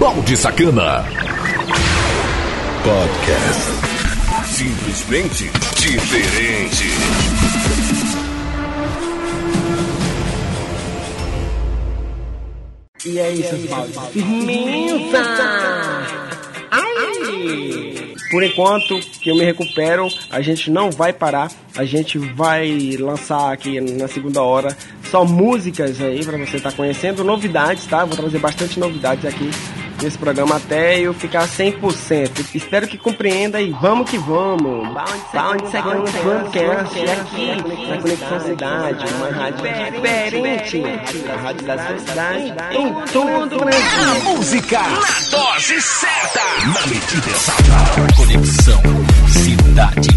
Balde Sacana Podcast. Simplesmente diferente. E é isso, baldes. Firmeza! Ai! Por enquanto que eu me recupero, a gente não vai parar. A gente vai lançar aqui na segunda hora só músicas aí pra você estar conhecendo, novidades, tá? Vou trazer bastante novidades aqui nesse programa até eu ficar 100%. Espero que compreenda e vamos que vamos. Balde Sacana Podcast aqui na Conexão Cidade, uma rádio diferente, a rádio da cidade em todo o Brasil. Música na dose certa, na medida exata. Conexão Cidade.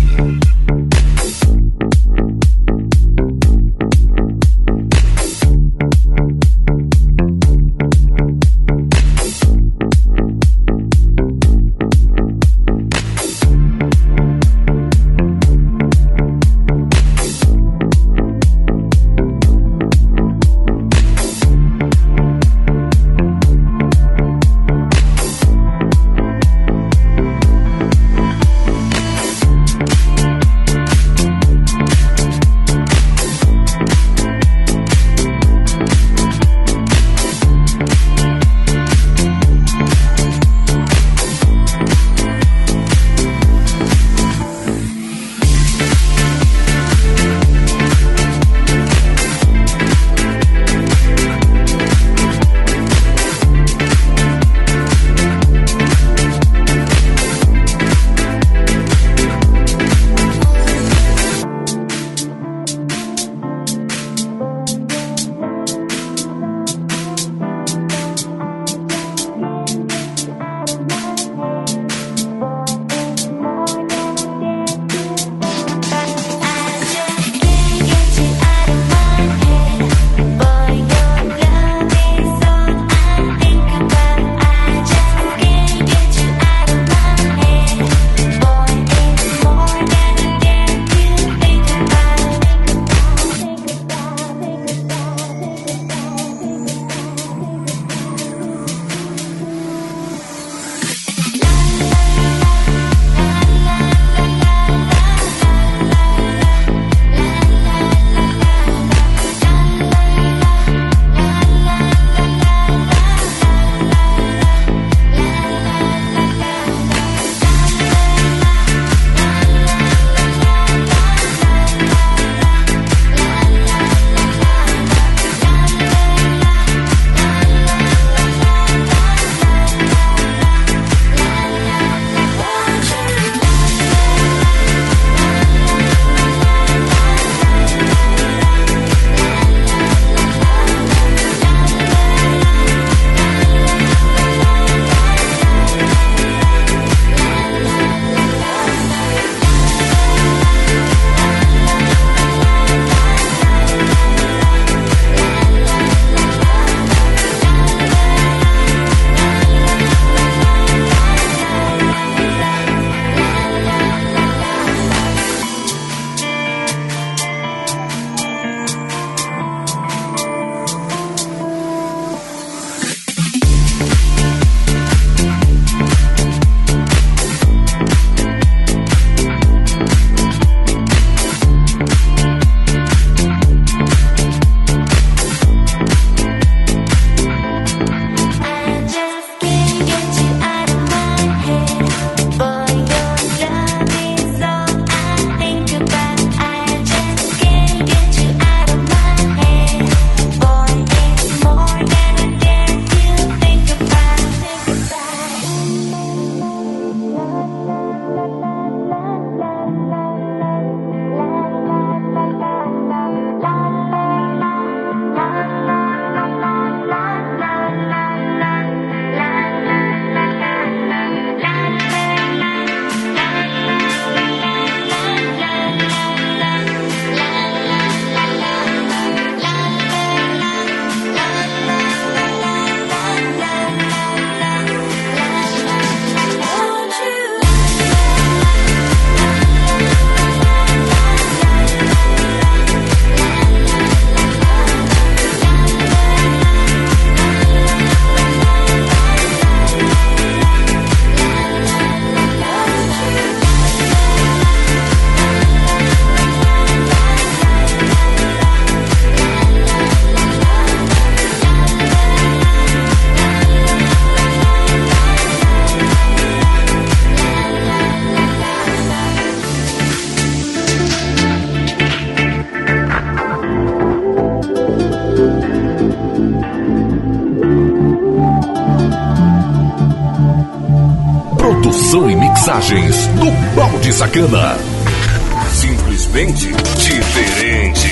Produção e mixagens do Balde Sacana. Simplesmente diferente.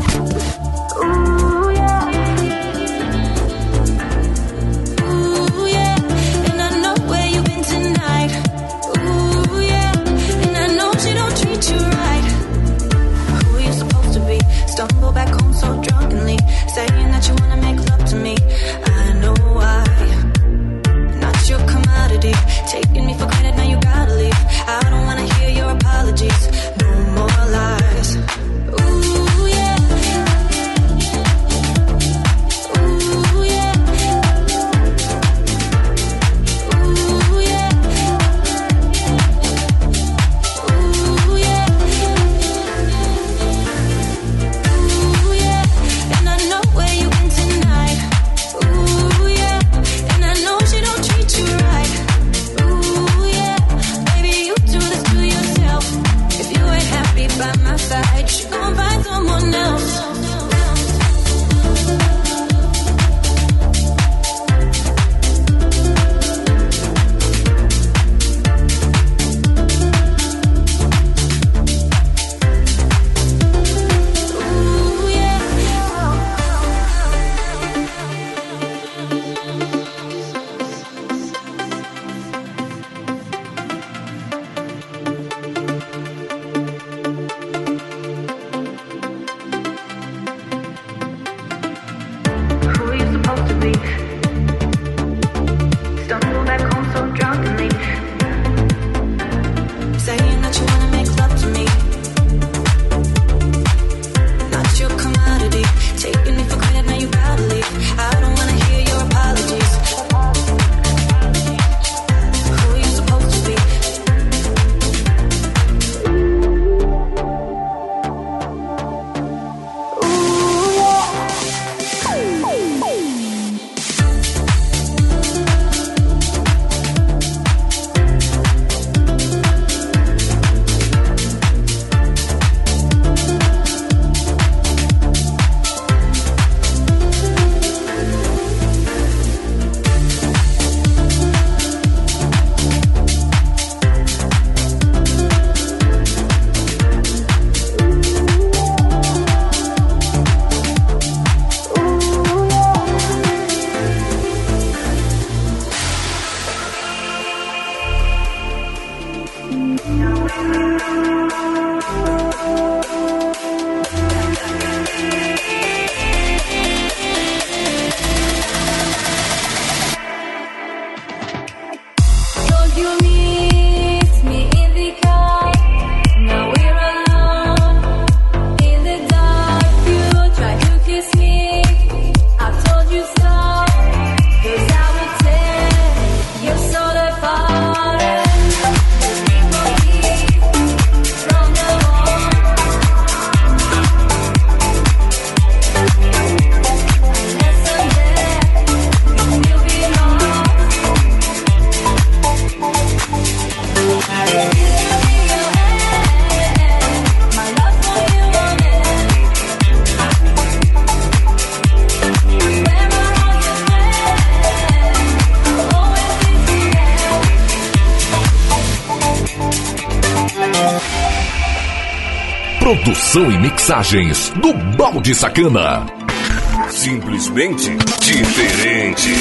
Stumble back home so drunkenly, saying that you wanna make love to me. I know why. Not your commodity, taking me for granted, now you gotta leave. I don't wanna hear your apologies, no more lies. Ooh yeah. Ooh yeah. Ooh yeah. Ooh yeah. And I know where you've been tonight. Ooh yeah. And I know she don't treat you right. Ooh yeah. Baby, you do this to yourself. If you ain't happy by my side, you gon' find someone else. Produção e mixagens do Balde Sacana. Simplesmente diferente.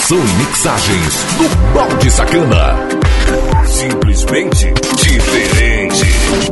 Produção e mixagens do Balde Sacana. Simplesmente diferente.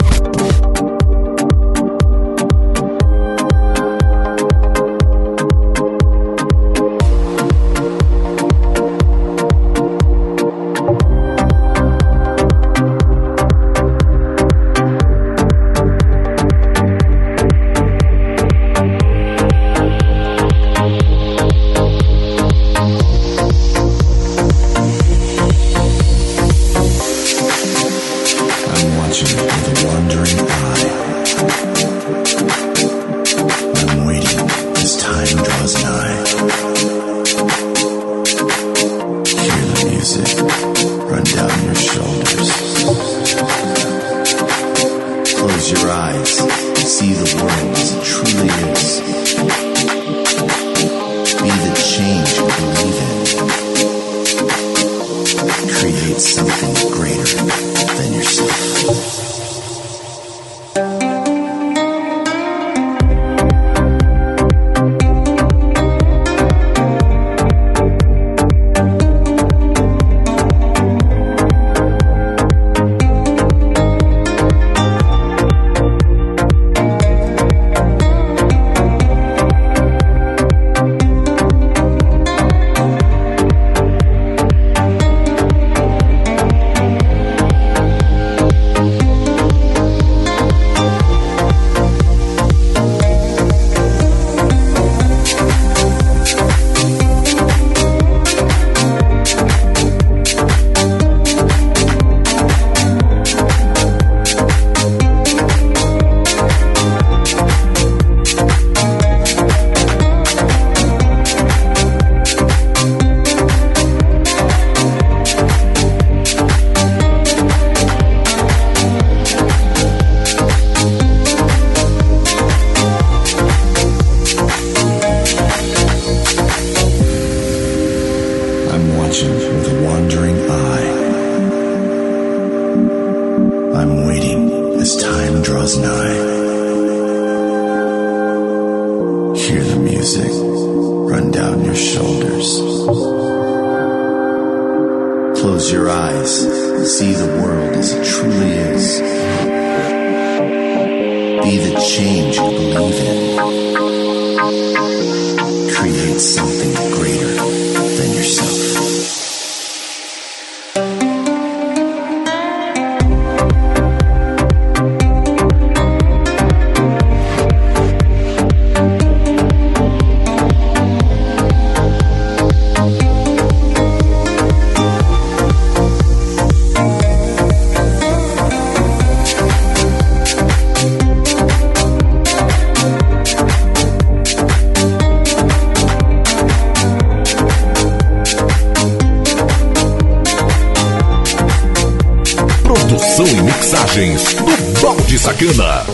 Do Balde Sacana.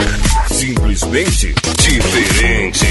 Simplesmente diferente.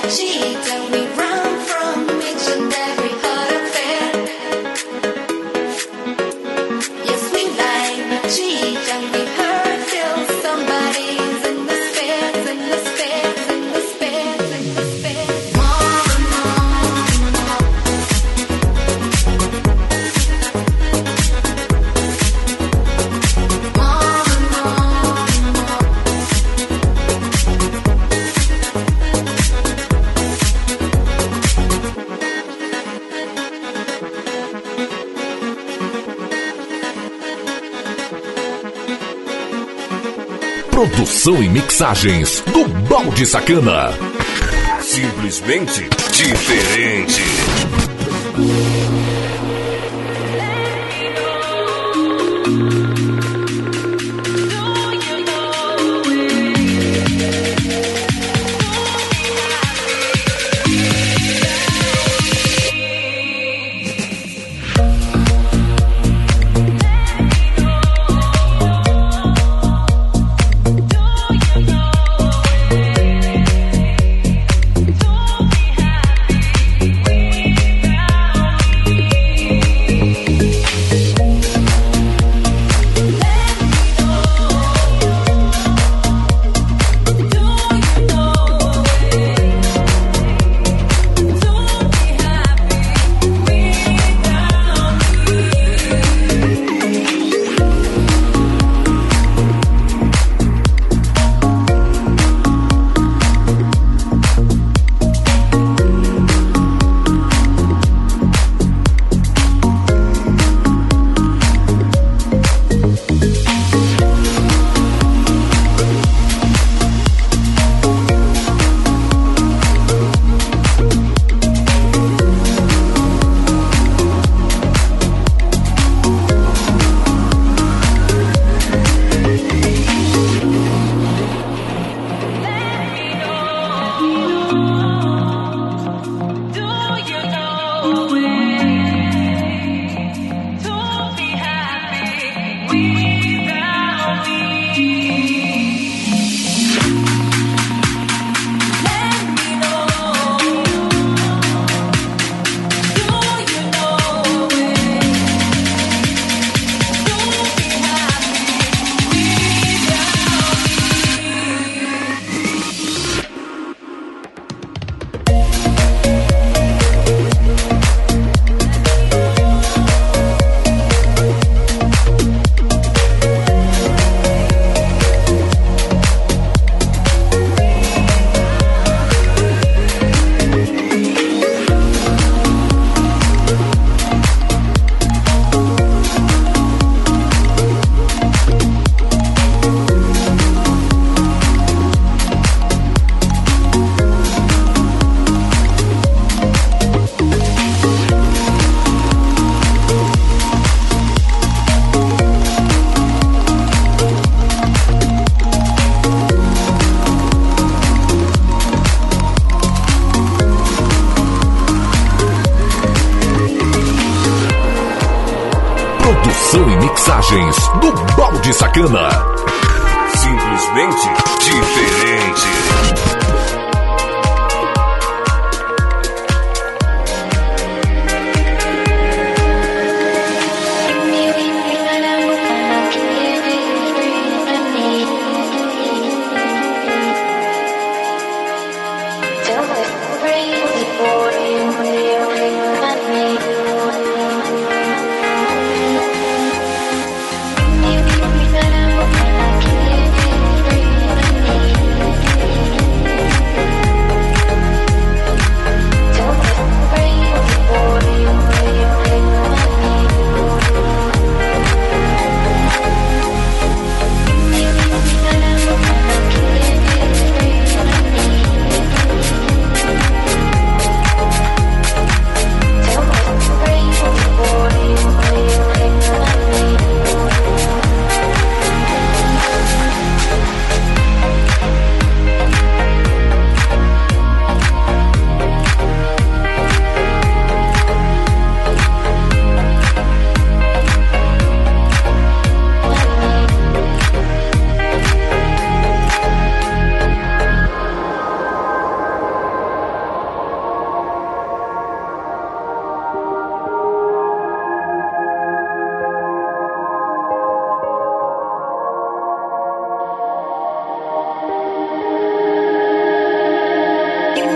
Produção e mixagens do Balde Sacana. Simplesmente diferente. Produção e mixagens do Balde Sacana. Simplesmente diferente.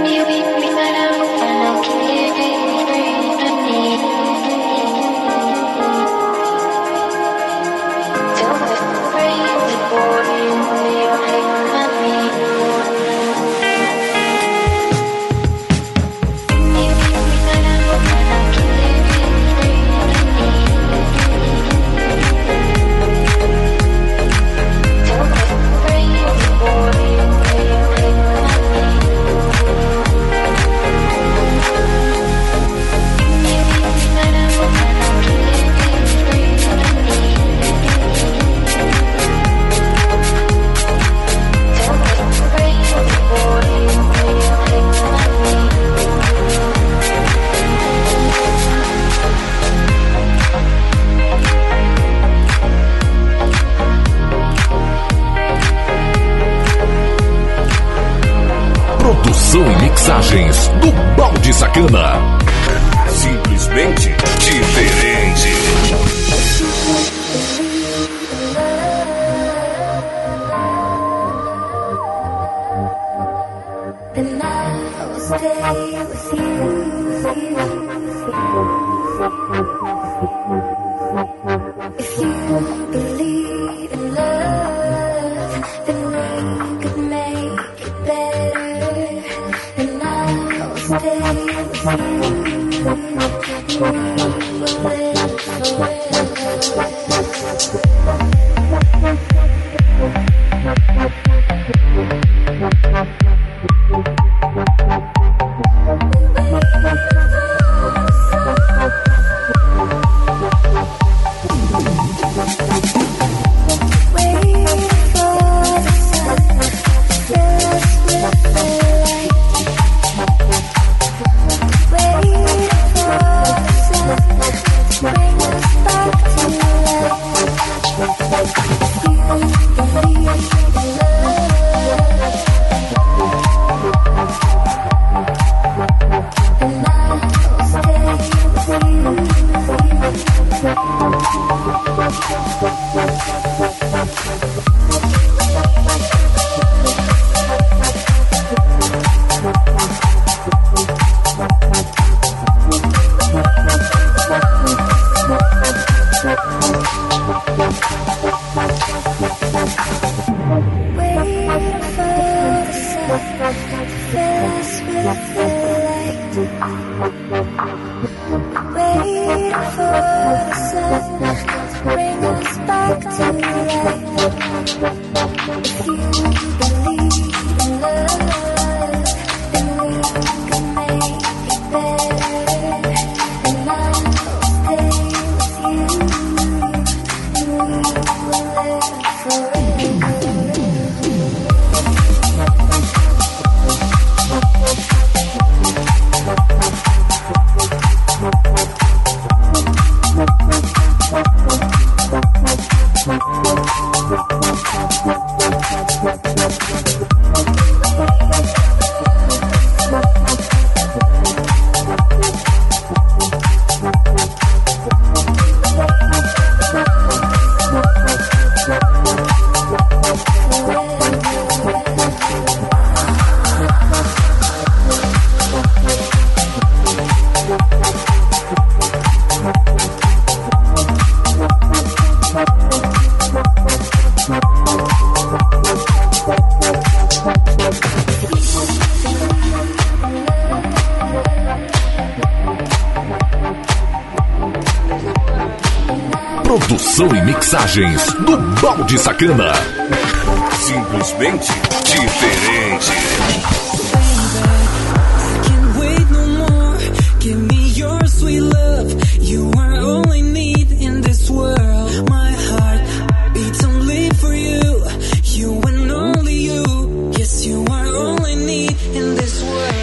E mixagens do Balde Sacana. Simplesmente diferente. And I will stay with you. If you believe in love, then we could make it better. And I will stay with you. We will live forever. Produção e mixagens do Balde Sacana. Simplesmente diferente. Can't wait no more. Give me your sweet love. You are all I need in this world. My heart beats only for you. You and only you. Yes, you are all I need in this world.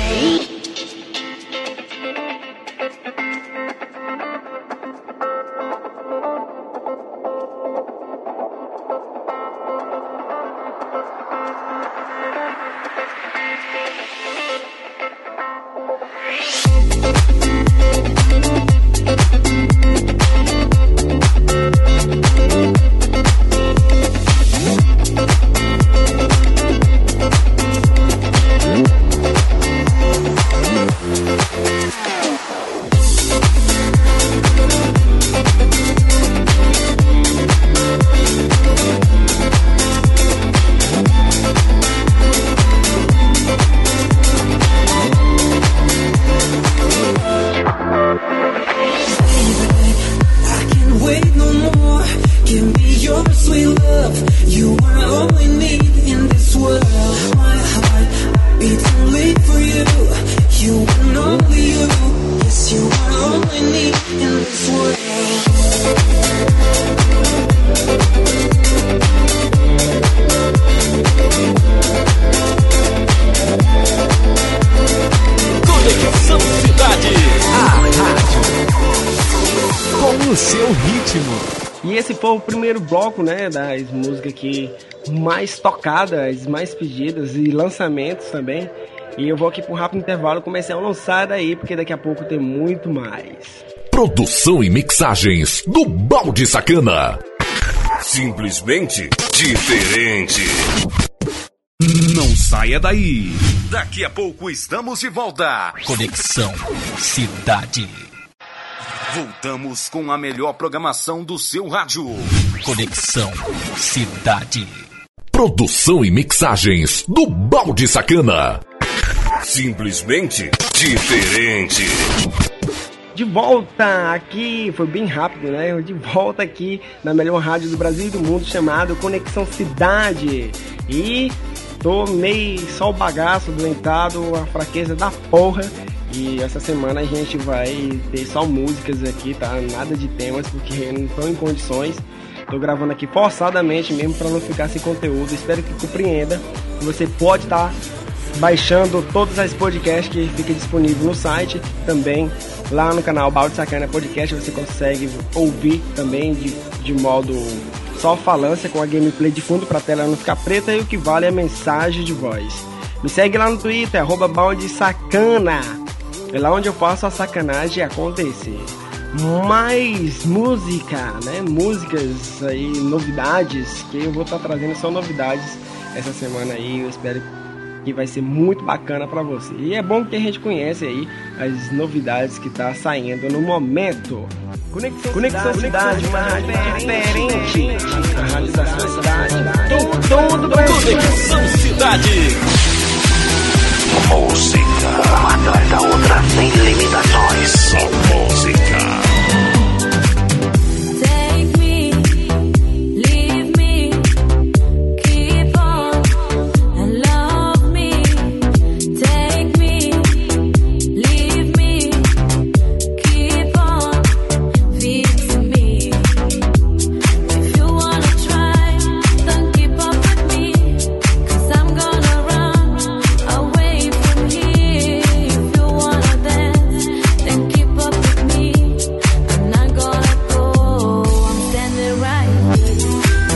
ritmo. E esse foi o primeiro bloco, né, das músicas aqui mais tocadas, mais pedidas e lançamentos também. E eu vou aqui para um rápido intervalo comercial, não sai daí, porque daqui a pouco tem muito mais. Produção e mixagens do Balde Sacana. Simplesmente diferente. Não saia daí. Daqui a pouco estamos de volta. Conexão Cidade. Voltamos com a melhor programação do seu rádio. Conexão Cidade. Produção e mixagens do Balde Sacana. Simplesmente diferente. De volta aqui, foi bem rápido, né? De volta aqui na melhor rádio do Brasil e do mundo, chamado Conexão Cidade. E tô meio só o bagaço, doentado, a fraqueza da porra. E essa semana a gente vai ter só músicas aqui, tá? Nada de temas, porque não estou em condições. Tô gravando aqui forçadamente mesmo para não ficar sem conteúdo. Espero que compreenda. Você pode estar baixando todos os podcasts que fica disponível no site. Também lá no canal Balde Sacana Podcast você consegue ouvir também de modo só falância, com a gameplay de fundo para a tela não ficar preta. E o que vale é a mensagem de voz. Me segue lá no Twitter, @baldesacana. É lá onde eu faço a sacanagem acontecer. Mais música, né? Músicas aí, novidades, que eu vou estar trazendo só novidades essa semana aí. Eu espero que vai ser muito bacana pra você. E é bom que a gente conhece aí as novidades que tá saindo no momento. Conexão Cidade, uma rádio diferente. A rádio da sua cidade. Tem todo o Brasil. Conexão Cidade. Música, uma atrás da outra, sem limitações. Só música. Take me, leave me, keep on and love me. Take me, leave me, keep on fixing me. If you wanna try, don't keep up with me, 'cause I'm gonna run away from here. If you wanna dance, then keep up with me. I'm not gonna go, I'm standing right here.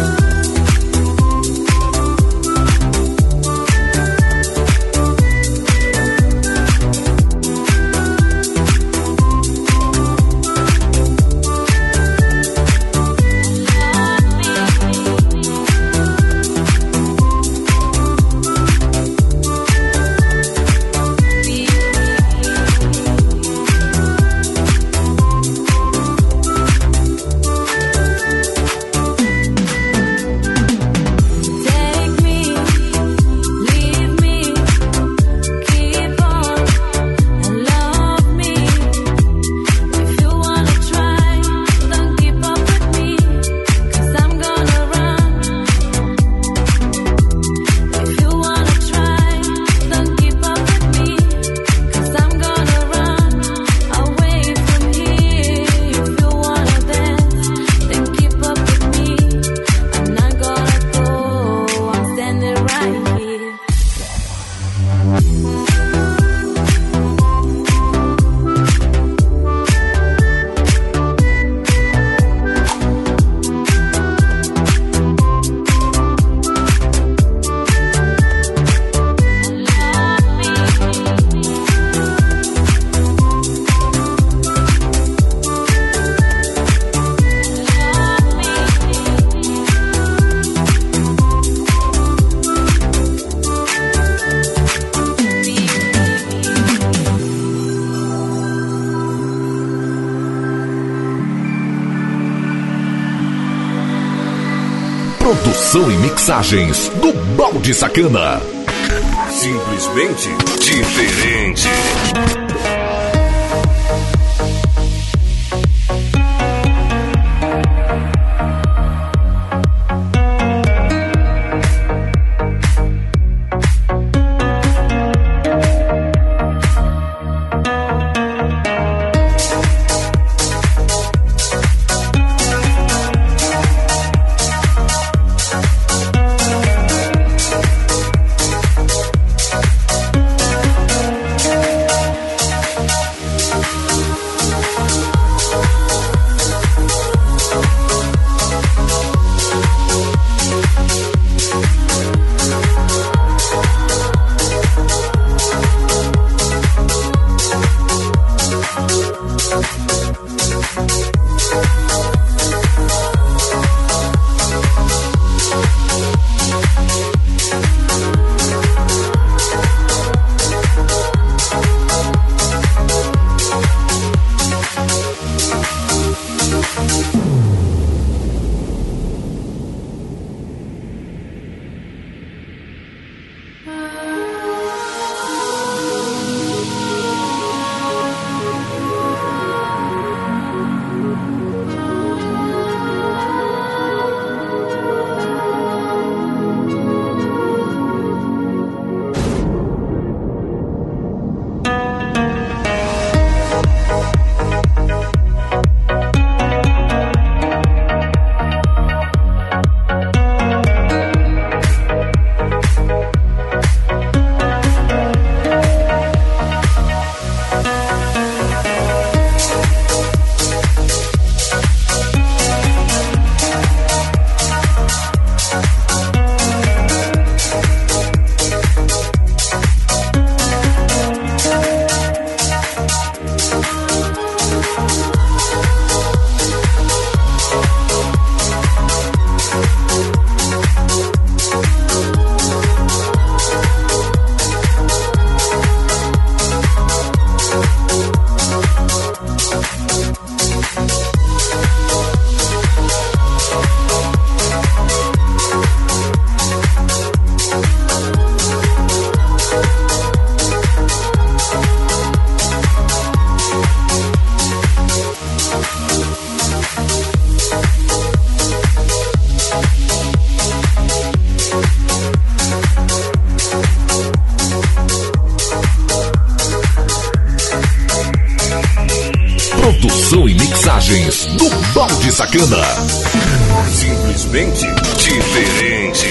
Take me, leave me, keep on and love me. If you wanna try, don't keep up with me, 'cause I'm gonna run. If you wanna try, don't keep up with me, 'cause I'm gonna run away from here. If you wanna dance, then keep up with me. I'm not gonna go, I'm standing right here. Produção e mixagens do Balde Sacana. Simplesmente diferente. mixagens do Balde Sacana. Simplesmente diferente.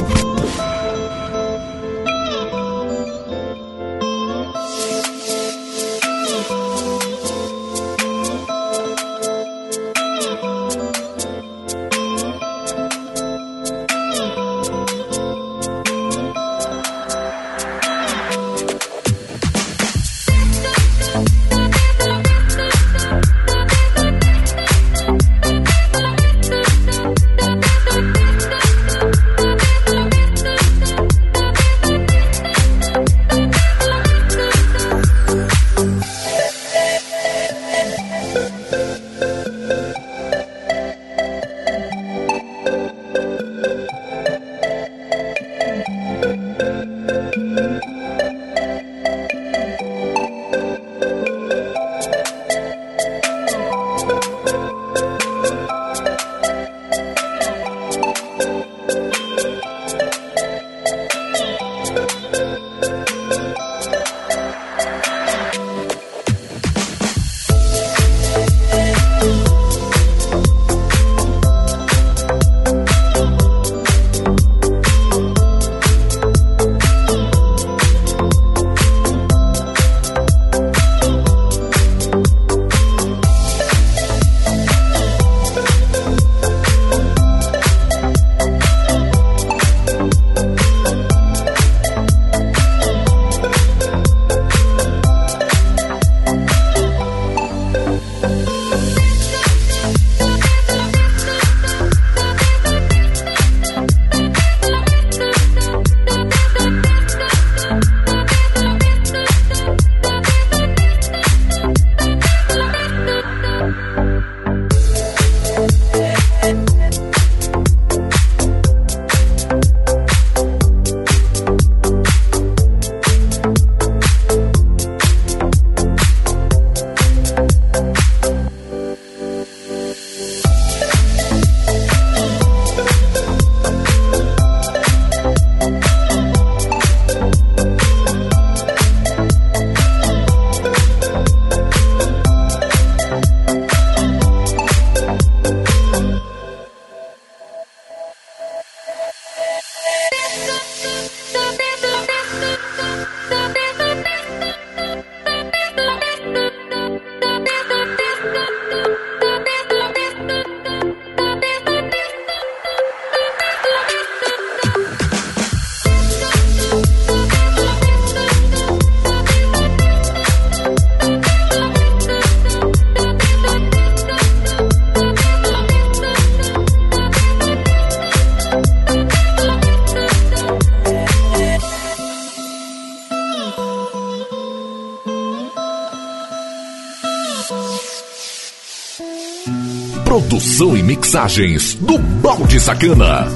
Produção e mixagens do Balde Sacana.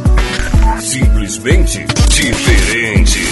Simplesmente diferente.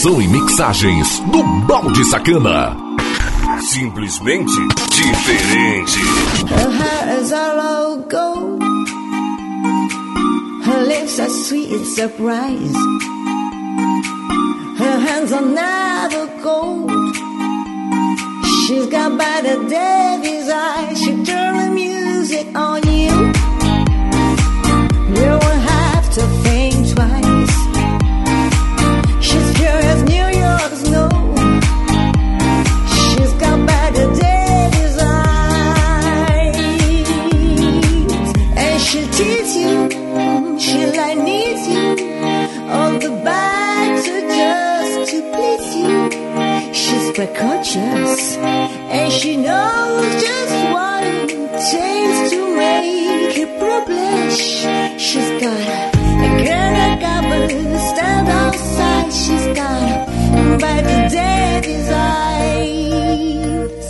Produção e mixagens do Balde Sacana. Simplesmente diferente. Her hair is a logo. Her lips are sweet and surprise. Her hands are never cold. She's got Better Davis eyes. She turn the music on you. You won't have to think twice. She's pure as New York snow. She's got Better Davis eyes. And she'll tease you. She'll like needs you. All the better just to please you. She's precocious. And she knows just what it takes to make it blush. She's got a girl like Gabba stand outside. She's got Better Davis eyes.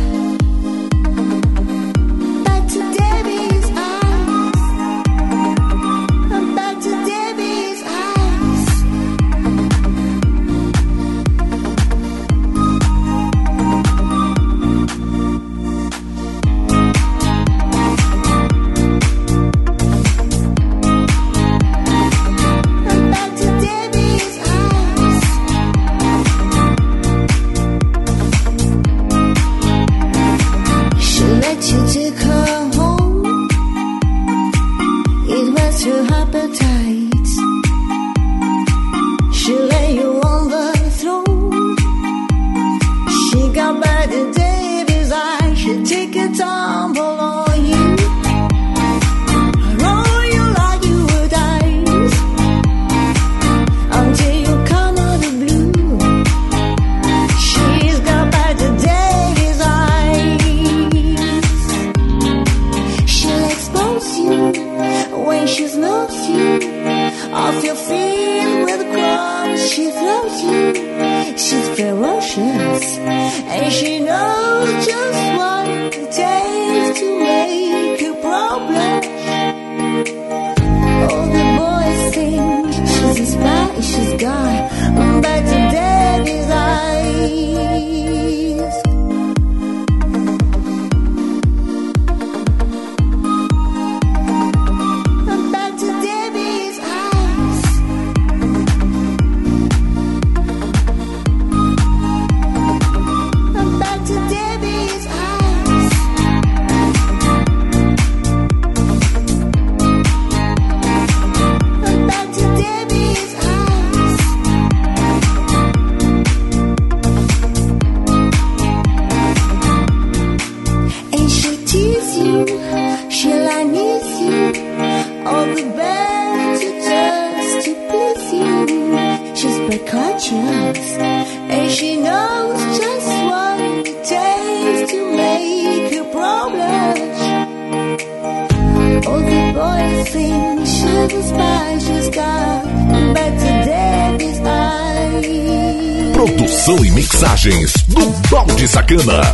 Better Davis eyes. Better Davis eyes. Produção e mixagens do Balde Sacana.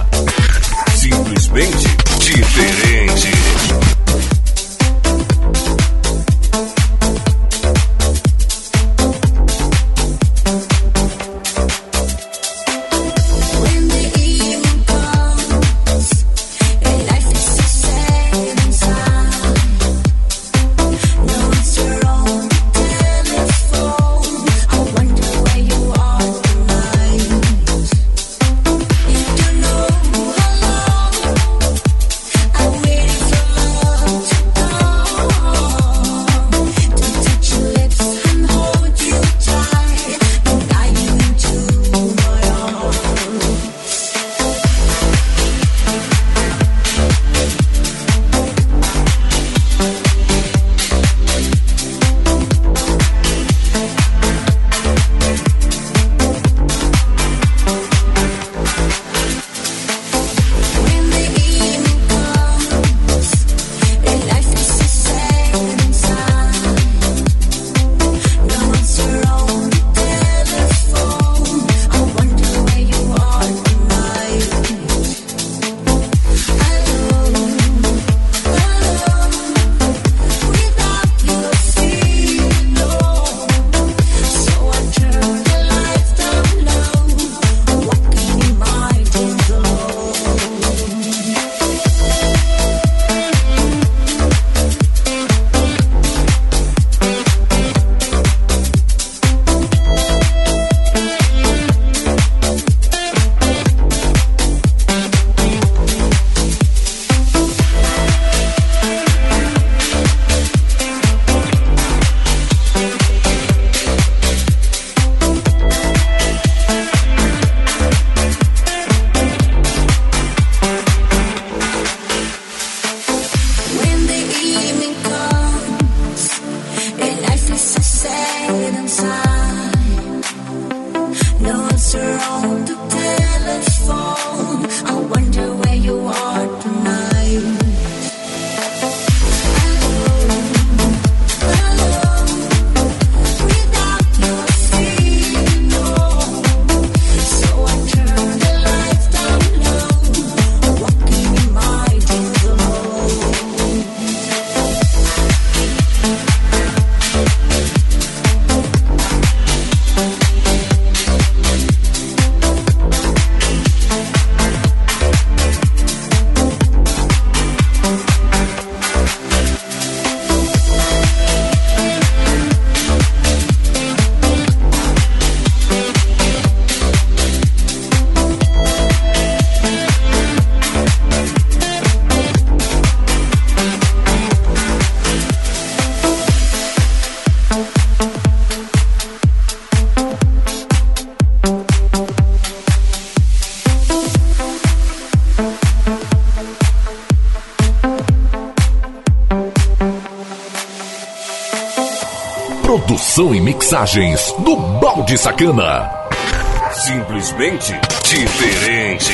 Simplesmente diferente. Produção e mixagens do Balde Sacana. Simplesmente diferente.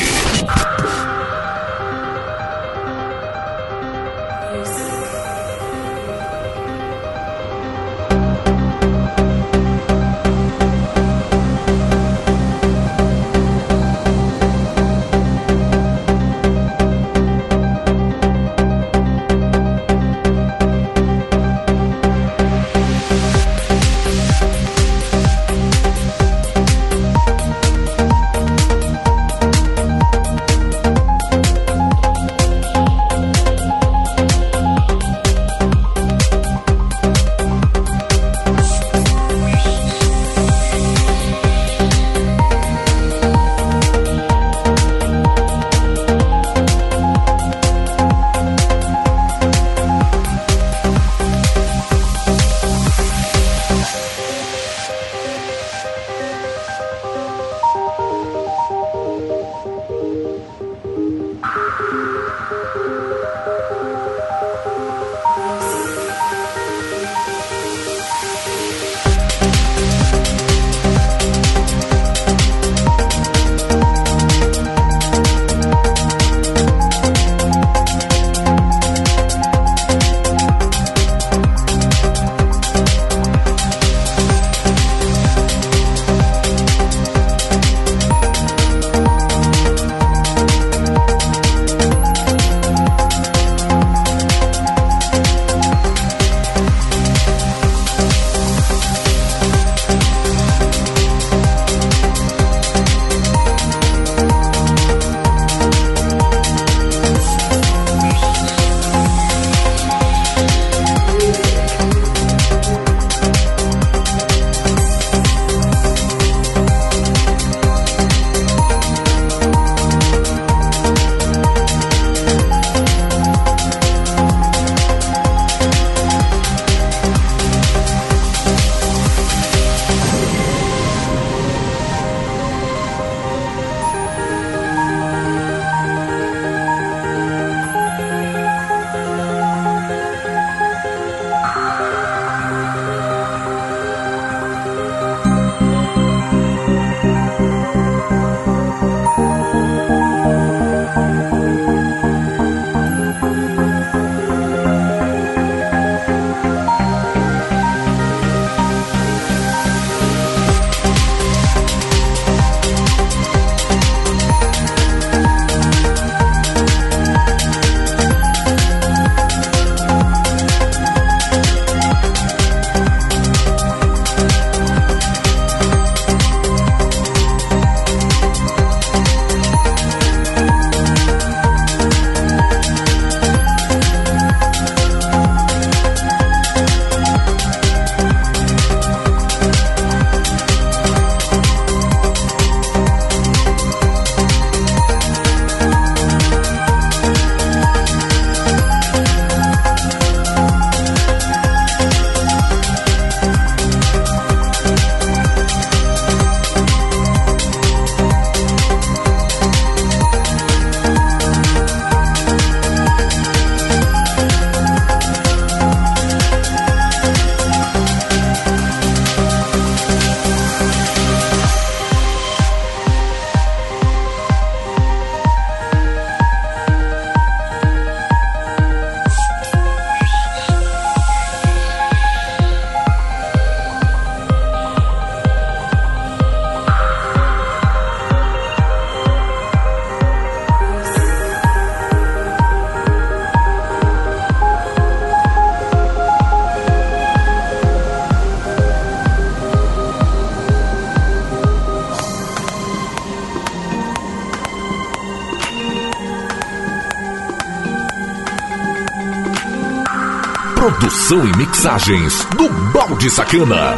Produção e mixagens do Balde Sacana.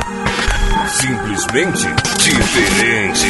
Simplesmente diferente.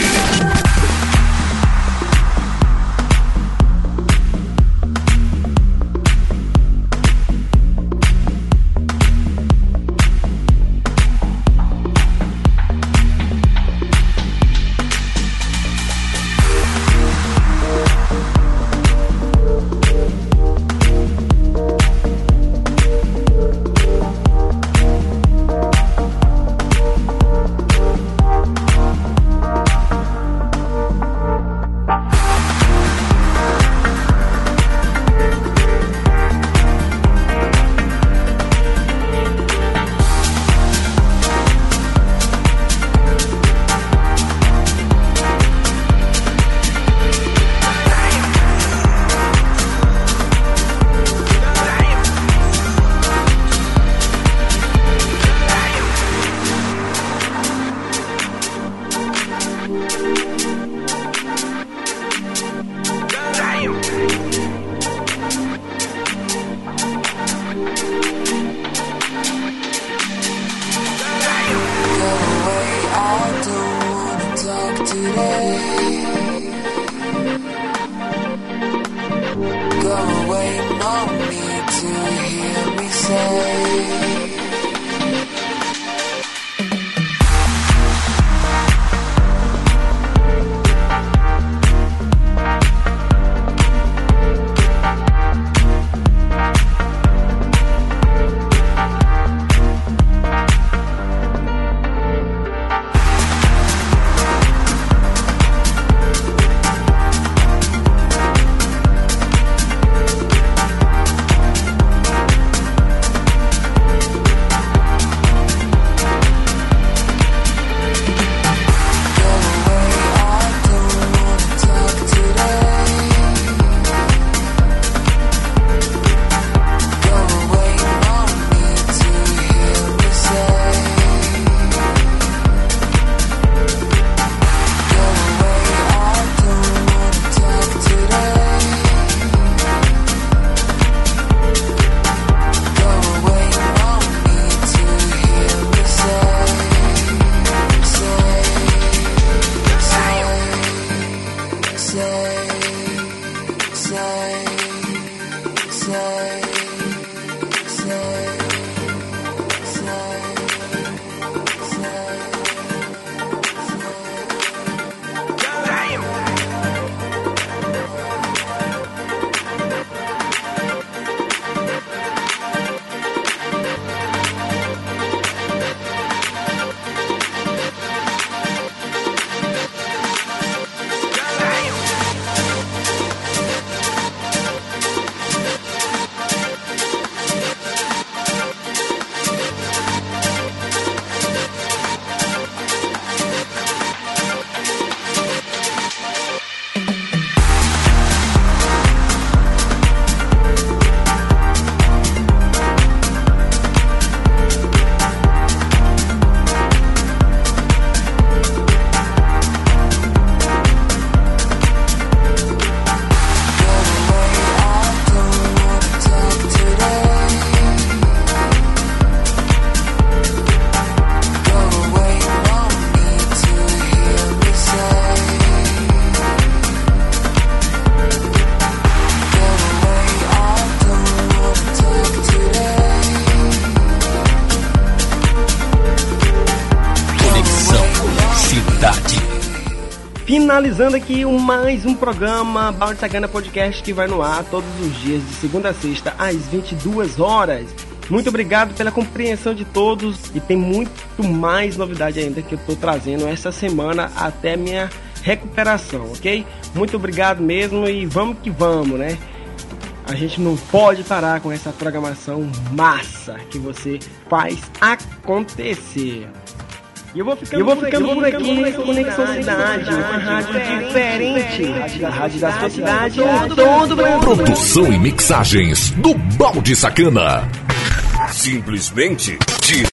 Finalizando aqui mais um programa Balde Sacana Podcast que vai no ar todos os dias de segunda a sexta às 22 horas. Muito obrigado pela compreensão de todos e tem muito mais novidade ainda que eu estou trazendo essa semana até minha recuperação, ok? Muito obrigado mesmo e vamos que vamos, né? A gente não pode parar com essa programação massa que você faz acontecer. E eu vou ficando por aqui nessa Conexão Cidade, uma rádio diferente, a rádio da sua cidade, todo o Brasil. Produção e mixagens do Balde Sacana. Simplesmente